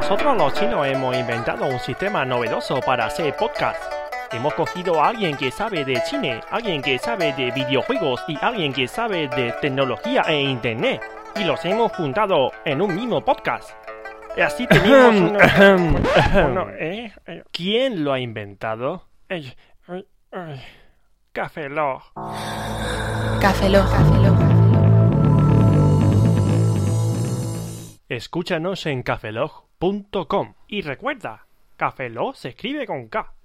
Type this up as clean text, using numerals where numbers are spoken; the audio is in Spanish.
Nosotros los chinos hemos inventado un sistema novedoso para hacer podcast. Hemos cogido a alguien que sabe de cine, alguien que sabe de videojuegos y alguien que sabe de tecnología e internet. Y los hemos juntado en un mismo podcast. Y así tenemos ¿Quién lo ha inventado? Café Lock. Café Lock. Escúchanos en cafelog.com. Y recuerda, Café Lock se escribe con K.